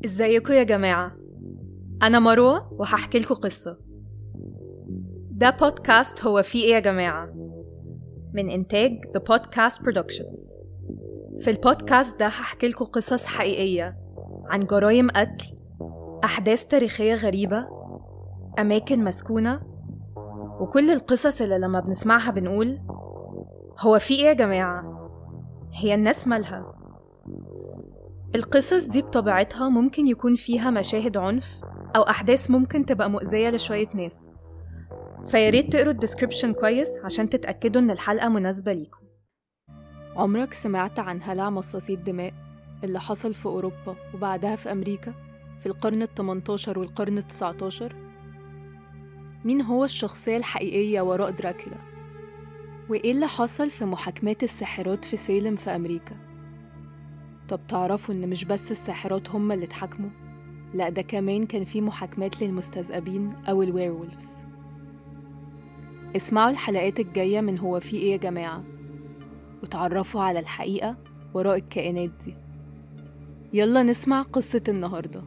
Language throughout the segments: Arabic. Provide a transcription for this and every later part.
ازيكم يا جماعة؟ أنا مروة وهحكي لكم قصة. ده بودكاست هو فيه إيه يا جماعة؟ من إنتاج The Podcast Productions. في البودكاست ده هحكي لكم قصص حقيقية عن جرائم قتل، أحداث تاريخية غريبة، أماكن مسكونة، وكل القصص اللي لما بنسمعها بنقول هو فيه إيه يا جماعة؟ هي الناس مالها؟ القصص دي بطبيعتها ممكن يكون فيها مشاهد عنف أو أحداث ممكن تبقى مؤذية لشوية ناس، فياريت تقروا الديسكريبشن كويس عشان تتأكدوا إن الحلقة مناسبة ليكم. عمرك سمعت عن هلع مصاصي الدماء اللي حصل في أوروبا وبعدها في أمريكا في القرن ال18 والقرن ال19؟ مين هو الشخصية الحقيقية وراء دراكولا؟ وإيه اللي حصل في محاكمات الساحرات في سالم في أمريكا؟ طب تعرفوا إن مش بس الساحرات هم اللي اتحاكموا؟ لأ، ده كمان كان في محاكمات للمستذئبين أو الويرولفز. اسمعوا الحلقات الجاية من هو في إيه يا جماعة، وتعرفوا على الحقيقة وراء الكائنات دي. يلا نسمع قصة النهاردة.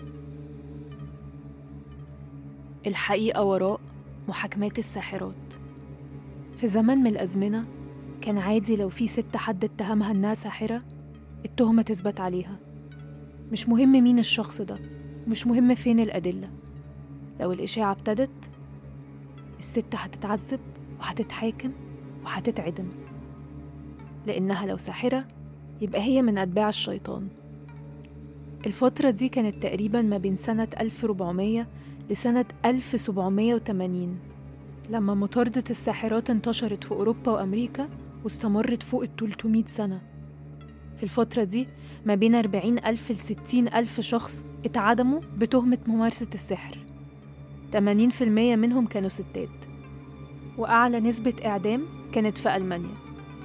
الحقيقة وراء محاكمات الساحرات. في زمن من الأزمنة كان عادي لو في ست حد اتهمها إنها ساحرة التهمة تثبت عليها، مش مهم مين الشخص ده، مش مهم فين الأدلة. لو الإشاعة ابتدت الست هتتعذب وهتتحاكم وهتتعدم، لأنها لو ساحرة يبقى هي من أتباع الشيطان. الفترة دي كانت تقريبا ما بين سنة 1400 لسنة 1780 لما مطاردة الساحرات انتشرت في أوروبا وأمريكا واستمرت فوق 300 سنة. في الفترة دي ما بين 40,000 ل 60,000 شخص اتعدموا بتهمة ممارسة السحر. 80% منهم كانوا ستات، وأعلى نسبة إعدام كانت في ألمانيا.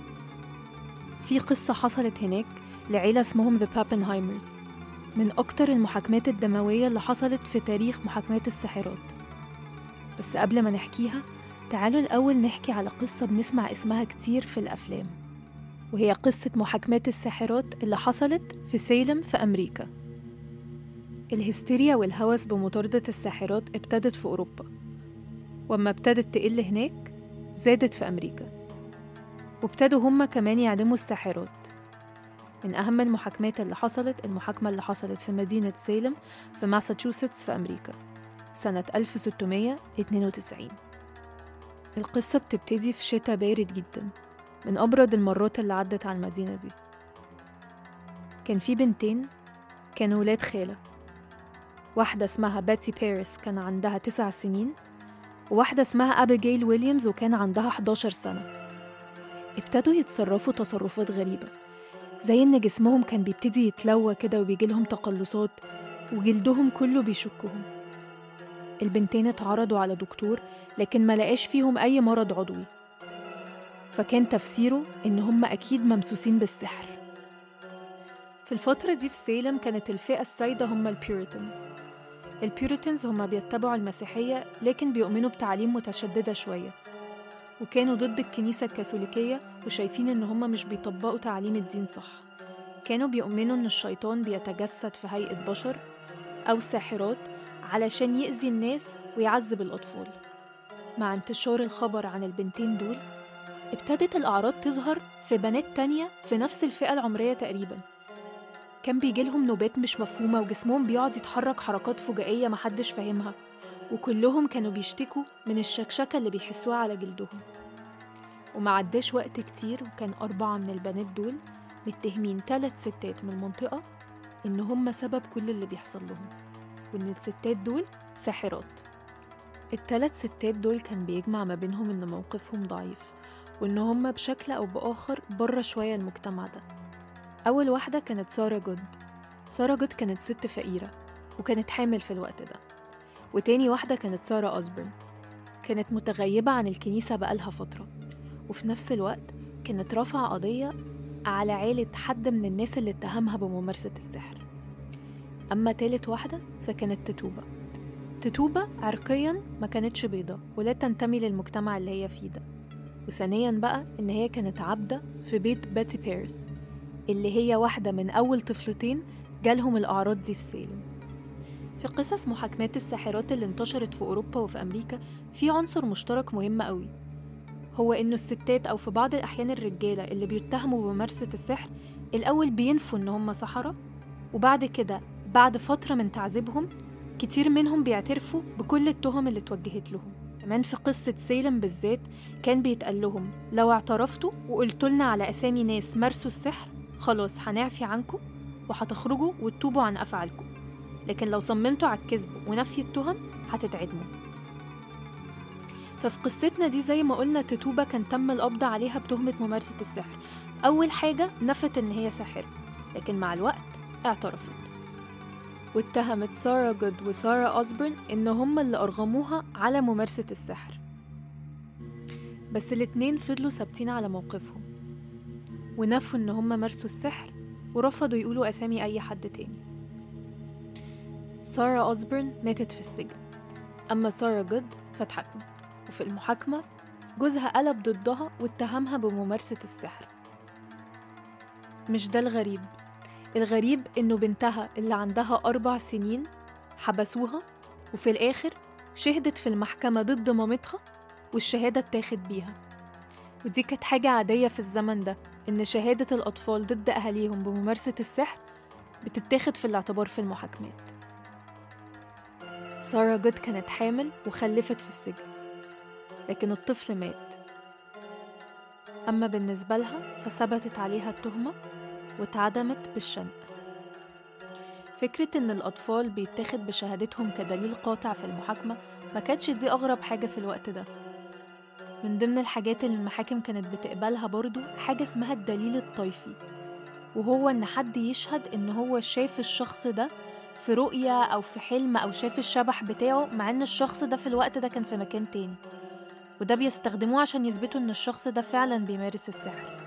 في قصة حصلت هناك لعيلة اسمهم The Pappenheimers، من أكتر المحاكمات الدموية اللي حصلت في تاريخ محاكمات الساحرات. بس قبل ما نحكيها تعالوا الأول نحكي على قصة بنسمع اسمها كتير في الأفلام، وهي قصة محاكمات الساحرات اللي حصلت في سالم في أمريكا. الهستيريا والهوس بمطاردة الساحرات ابتدت في أوروبا، وأما ابتدت تقل هناك زادت في أمريكا، وابتدوا هما كمان يعدموا الساحرات. من أهم المحاكمات اللي حصلت المحاكمة اللي حصلت في مدينة سالم في ماساتشوستس في أمريكا سنة 1692. القصة بتبتدي في شتاء بارد جدا، من أبرد المرات اللي عدت على المدينة دي. كان في بنتين كانوا ولاد خالة، واحدة اسمها باتي بيرس كان عندها 9 سنين، وواحدة اسمها أبيجيل ويليامز وكان عندها 11 سنة. ابتدوا يتصرفوا تصرفات غريبة، زي إن جسمهم كان بيبتدي يتلوى كده وبيجيلهم تقلصات وجلدهم كله بيشكهم. البنتين اتعرضوا على دكتور لكن ما لقاش فيهم أي مرض عضوي، فكان تفسيره إن هم أكيد ممسوسين بالسحر. في الفترة دي في سالم كانت الفئة السائدة هم البيوريتنز. البيوريتنز هم بيتبعوا المسيحية لكن بيؤمنوا بتعليم متشددة شوية، وكانوا ضد الكنيسة الكاثوليكية وشايفين إن هم مش بيطبقوا تعليم الدين صح. كانوا بيؤمنوا إن الشيطان بيتجسد في هيئة بشر أو ساحرات علشان يأذي الناس ويعذب الأطفال. مع انتشار الخبر عن البنتين دول ابتدت الأعراض تظهر في بنات تانية في نفس الفئة العمرية تقريباً. كان بيجيلهم نوبات مش مفهومة وجسمهم بيقعد يتحرك حركات فجائية محدش فاهمها، وكلهم كانوا بيشتكوا من الشكشكة اللي بيحسوها على جلدهم. ومعداش وقت كتير وكان 4 من البنات دول متهمين 3 ستات من المنطقة إن هم سبب كل اللي بيحصل لهم، وإن الستات دول ساحرات. ال3 ستات دول كان بيجمع ما بينهم إن موقفهم ضعيف، وإن هم بشكل أو بآخر بره شوية المجتمع ده. أول واحدة كانت سارة جود. سارة جود كانت ست فقيرة وكانت حامل في الوقت ده. وتاني واحدة كانت سارة أوزبورن، كانت متغيبة عن الكنيسة بقالها فترة، وفي نفس الوقت كانت رافعة قضية على عائلة حد من الناس اللي اتهمها بممارسة السحر. أما تالت واحدة فكانت تتوبة. تتوبة عرقياً ما كانتش بيضة ولا تنتمي للمجتمع اللي هي فيه ده. وثانياً بقى إن هي كانت عبدة في بيت باتي بيرس، اللي هي واحدة من أول طفلتين جالهم الأعراض دي في سالم. في قصص محاكمات الساحرات اللي انتشرت في أوروبا وفي أمريكا في عنصر مشترك مهم قوي، هو إنه الستات أو في بعض الأحيان الرجالة اللي بيتهموا بممارسة السحر الأول بينفوا إن هم سحرة، وبعد كده بعد فترة من تعذيبهم كتير منهم بيعترفوا بكل التهم اللي اتوجهت لهم. كمان في قصة سالم بالذات كان بيتقال لهم لو اعترفتوا وقلتوا لنا على أسامي ناس مارسوا السحر خلاص هنعفي عنكم وهتخرجوا وتتوبوا عن أفعالكم، لكن لو صممتوا على الكذب ونفي التهم هتتعدموا. ففي قصتنا دي زي ما قلنا تتوبة كان تم القبض عليها بتهمة ممارسة السحر. أول حاجة نفت إن هي ساحرة، لكن مع الوقت اعترفت، واتهمت سارة جود وسارة أوزبورن إن هم اللي أرغموها على ممارسة السحر. بس الاتنين فضلوا ثابتين على موقفهم ونفوا إن هم مارسوا السحر ورفضوا يقولوا أسامي أي حد تاني. سارة أوزبورن ماتت في السجن، أما سارة جود فاتحكمت، وفي المحاكمة جوزها قلب ضدها واتهمها بممارسة السحر. مش ده الغريب، الغريب إنه بنتها اللي عندها 4 سنين حبسوها، وفي الآخر شهدت في المحكمة ضد مامتها والشهادة اتاخد بيها. ودي كانت حاجة عادية في الزمن ده، إن شهادة الأطفال ضد أهاليهم بممارسة السحر بتتاخد في الاعتبار في المحاكمات. سارة جود كانت حامل وخلفت في السجن، لكن الطفل مات. أما بالنسبة لها فثبتت عليها التهمة واتعدمت بالشنق. فكرة إن الأطفال بيتاخد بشهادتهم كدليل قاطع في المحاكمة ما كانتش دي أغرب حاجة في الوقت ده. من ضمن الحاجات اللي المحاكم كانت بتقبلها برضو حاجة اسمها الدليل الطيفي، وهو إن حد يشهد إن هو شاف الشخص ده في رؤية أو في حلم أو شاف الشبح بتاعه، مع إن الشخص ده في الوقت ده كان في مكان تاني، وده بيستخدموه عشان يثبتوا إن الشخص ده فعلا بيمارس السحر.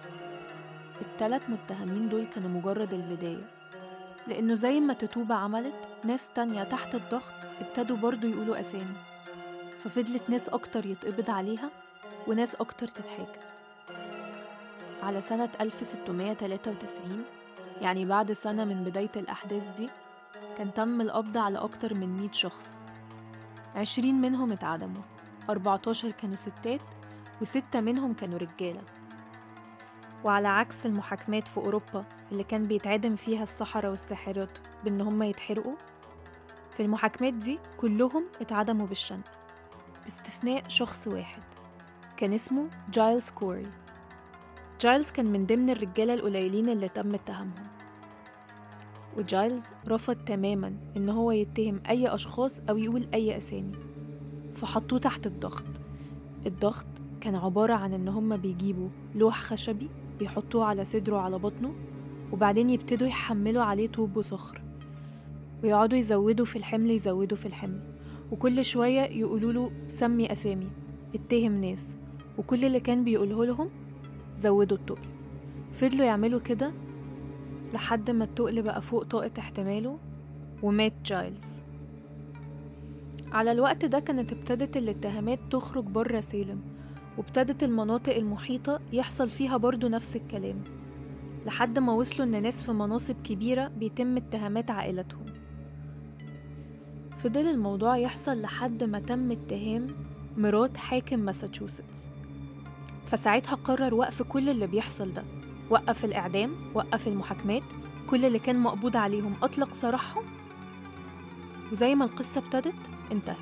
ال3 متهمين دول كانوا مجرد البداية، لأنه زي ما تتوبة عملت ناس تانية تحت الضغط ابتدوا برضو يقولوا أسامي، ففضلت ناس أكتر يتقبض عليها وناس أكتر تتحاكم. على سنة 1693 يعني بعد سنة من بداية الأحداث دي كان تم القبض على أكتر من 100 شخص. 20 منهم اتعدموا، 14 كانوا ستات و6 منهم كانوا رجالة. وعلى عكس المحاكمات في أوروبا اللي كان بيتعدم فيها السحرة والساحرات بأن هم يتحرقوا، في المحاكمات دي كلهم اتعدموا بالشنق باستثناء شخص واحد كان اسمه جايلز كوري. جايلز كان من ضمن الرجالة القليلين اللي تم اتهامهم، وجايلز رفض تماماً إن هو يتهم أي أشخاص أو يقول أي أسامي، فحطوه تحت الضغط. الضغط كان عبارة عن إن هم بيجيبوا لوح خشبي بيحطوه على صدره على بطنه، وبعدين يبتدوا يحملوا عليه طوب وصخر ويقعدوا يزودوا في الحمل يزودوا في الحمل، وكل شوية يقولوا له سمي أسامي، اتهم ناس، وكل اللي كان بيقوله لهم زودوا التقل. فضلوا يعملوا كده لحد ما التقل بقى فوق طاقة احتماله ومات جايلز. على الوقت ده كانت ابتدت الاتهامات تخرج بره سالم، وابتدت المناطق المحيطة يحصل فيها برضو نفس الكلام، لحد ما وصلوا إن ناس في مناصب كبيرة بيتم اتهامات عائلتهم. فضل الموضوع يحصل لحد ما تم اتهام مرات حاكم ماساتشوستس، فساعتها قرر وقف كل اللي بيحصل ده، وقف الإعدام، وقف المحاكمات، كل اللي كان مقبوض عليهم أطلق سراحهم، وزي ما القصة ابتدت انتهت.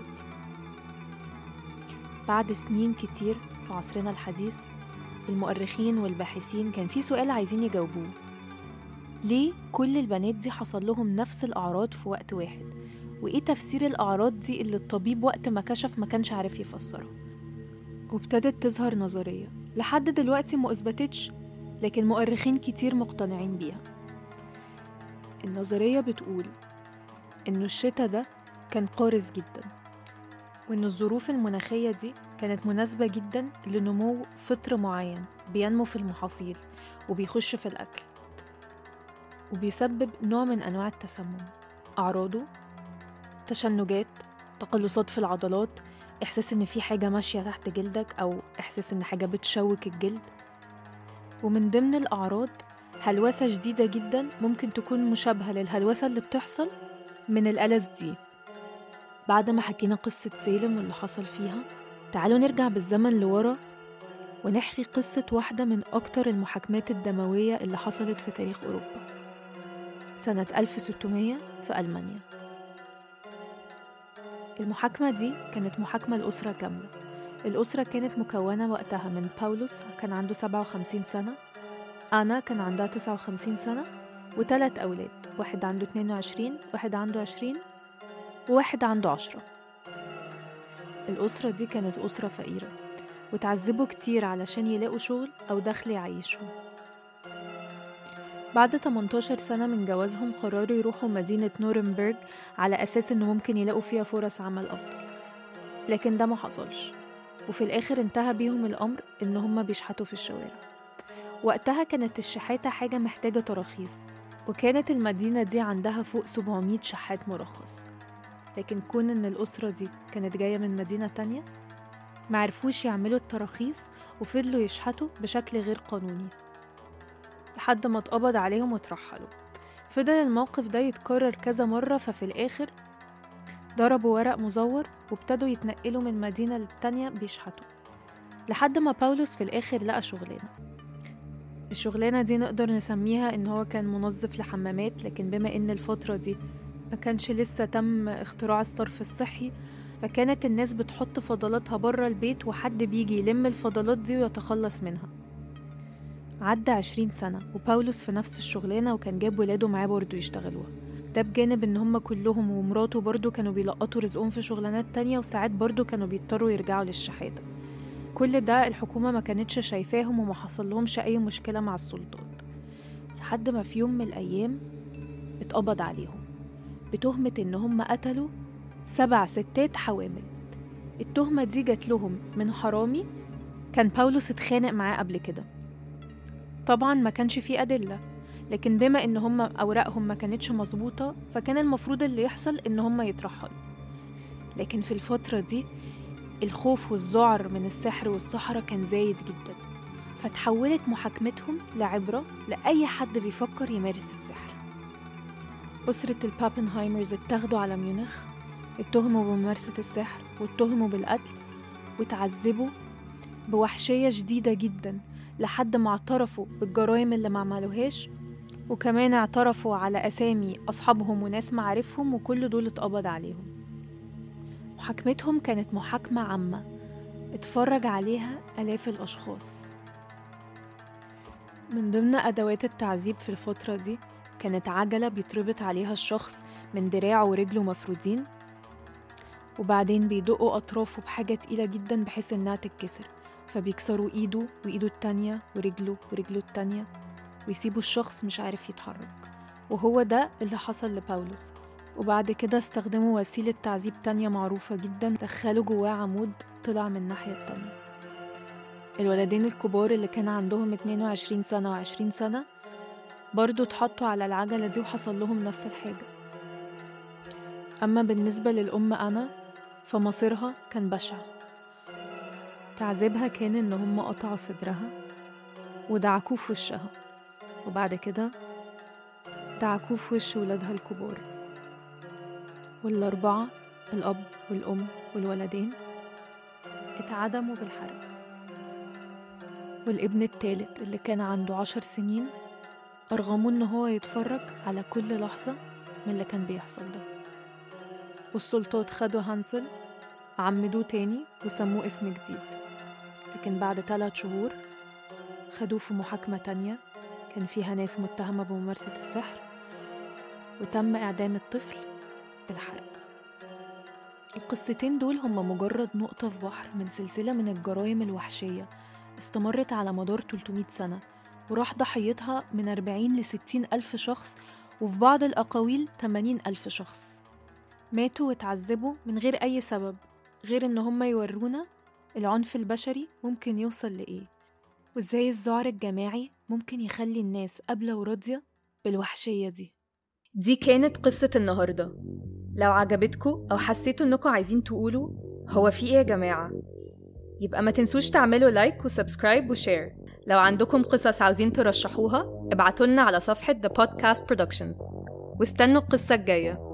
بعد سنين كتير في عصرنا الحديث المؤرخين والباحثين كان في سؤال عايزين يجاوبوه: ليه كل البنات دي حصل لهم نفس الأعراض في وقت واحد؟ وإيه تفسير الأعراض دي اللي الطبيب وقت ما كشف ما كانش عارف يفسرها؟ وابتدت تظهر نظرية لحد دلوقتي ما أثبتتش، لكن مؤرخين كتير مقتنعين بيها. النظرية بتقول إنه الشتاء ده كان قارس جدا، وإن الظروف المناخية دي كانت مناسبة جدا لنمو فطر معين بينمو في المحاصيل وبيخش في الأكل، وبيسبب نوع من أنواع التسمم. أعراضه تشنجات، تقلصات في العضلات، إحساس إن في حاجة ماشية تحت جلدك، أو إحساس إن حاجة بتشوك الجلد. ومن ضمن الأعراض هلوسة جديدة جدا ممكن تكون مشابهة للهلوسة اللي بتحصل من ال-LSD. بعد ما حكينا قصة سالم واللي حصل فيها، تعالوا نرجع بالزمن لورا ونحكي قصة واحدة من أكتر المحاكمات الدموية اللي حصلت في تاريخ أوروبا، سنة 1600 في ألمانيا. المحاكمة دي كانت محاكمة لأسرة كاملة. الأسرة كانت مكونة وقتها من باولوس كان عنده 57 سنة، أنا كان عندها 59 سنة، و3 أولاد، واحد عنده 22، واحد عنده 20، وواحد عنده 10. الأسرة دي كانت أسرة فقيرة وتعذبوا كتير علشان يلاقوا شغل أو دخل يعيشهم. بعد 18 سنة من جوازهم قرروا يروحوا مدينة نورنبرغ على أساس إنه ممكن يلاقوا فيها فرص عمل أفضل، لكن ده ما حصلش، وفي الآخر انتهى بيهم الأمر إن هم بيشحتوا في الشوارع. وقتها كانت الشحاتة حاجة محتاجة تراخيص، وكانت المدينة دي عندها فوق 700 شحات مرخص، لكن كون إن الأسرة دي كانت جاية من مدينة تانية معرفوش يعملوا التراخيص وفضلوا يشحتوا بشكل غير قانوني لحد ما اتقبض عليهم وترحلوا. فضل الموقف ده يتكرر كذا مرة، ففي الآخر ضربوا ورق مزور وابتدوا يتنقلوا من مدينة للتانية بيشحتوا، لحد ما باولوس في الآخر لقى شغلانة. الشغلانة دي نقدر نسميها إن هو كان منظف لحمامات، لكن بما إن الفترة دي ما كانش لسه تم اختراع الصرف الصحي، فكانت الناس بتحط فضلاتها برا البيت وحد بيجي يلم الفضلات دي ويتخلص منها. عدى 20 سنة وباولوس في نفس الشغلانة، وكان جاب ولاده معاه برضو يشتغلوها. ده بجانب ان هم كلهم ومراته برضو كانوا بيلقطوا رزقهم في شغلانات تانية، وساعات برضو كانوا بيضطروا يرجعوا للشحاتة. كل ده الحكومة ما كانتش شايفاهم وما حصل لهمش اي مشكلة مع السلطات، لحد ما في يوم من الايام اتقبض عليهم بتهمة ان هم قتلوا 7 ستات حوامل. التهمة دي جات لهم من حرامي كان باولوس اتخانق معاه قبل كده. طبعا ما كانش فيه أدلة، لكن بما ان هم أوراقهم ما كانتش مظبوطة، فكان المفروض اللي يحصل ان هم يترحلوا. لكن في الفترة دي الخوف والذعر من السحر والسحرة كان زايد جدا، فتحولت محاكمتهم لعبرة لأي حد بيفكر يمارس السحر. أسرة البابنهايمرز اتاخدوا على ميونخ، اتهموا بممارسة السحر واتهموا بالقتل، وتعذبوا بوحشية شديدة جدا لحد ما اعترفوا بالجرائم اللي ما عملوهاش، وكمان اعترفوا على أسامي أصحابهم وناس معارفهم، وكل دول اتقبض عليهم. محاكمتهم كانت محاكمة عامة اتفرج عليها آلاف الأشخاص. من ضمن أدوات التعذيب في الفترة دي كانت عجلة بيتربط عليها الشخص من دراعه ورجله مفرودين، وبعدين بيدقوا أطرافه بحاجة تقيلة جدا بحيث إنها تتكسر، فبيكسروا إيده وإيده التانية ورجله التانية، ويسيبوا الشخص مش عارف يتحرك. وهو ده اللي حصل لباولوس. وبعد كده استخدموا وسيلة تعذيب تانية معروفة جدا، دخلوا جواه عمود طلع من الناحية التانية. الولدين الكبار اللي كان عندهم 22 سنة و20 سنة برضو اتحطوا على العجلة دي وحصل لهم نفس الحاجة. أما بالنسبة للأم أنا فمصيرها كان بشع. تعذيبها كان إن هم قطعوا صدرها ودعكوه في وشها، وبعد كده دعكوه في وش ولادها الكبار، والأربعة الأب والأم والولدين اتعدموا بالحرق. والابن الثالث اللي كان عنده 10 سنين أرغموه إن هو يتفرج على كل لحظة من اللي كان بيحصل ده. والسلطات خدوا هانسل عمدوه تاني وسموه اسم جديد، لكن بعد 3 شهور خدوه في محاكمة تانية كان فيها ناس متهمة بممارسة السحر، وتم إعدام الطفل بالحرق. القصتين دول هم مجرد نقطة في بحر من سلسلة من الجرائم الوحشية استمرت على مدار 300 سنة، وراح ضحيتها من 40 ل 60 ألف شخص، وفي بعض الأقاويل 80 ألف شخص ماتوا وتعذبوا من غير أي سبب غير إن هم يورونا العنف البشري ممكن يوصل لإيه، وإزاي الذعر الجماعي ممكن يخلي الناس قابلة وراضية بالوحشية دي. دي كانت قصة النهاردة. لو عجبتكم أو حسيتوا إنكم عايزين تقولوا هو في إيه يا جماعة، يبقى ما تنسوش تعملوا لايك وسبسكرايب وشير. لو عندكم قصص عاوزين ترشحوها ابعتولنا على صفحة The Podcast Productions واستنوا القصة الجاية.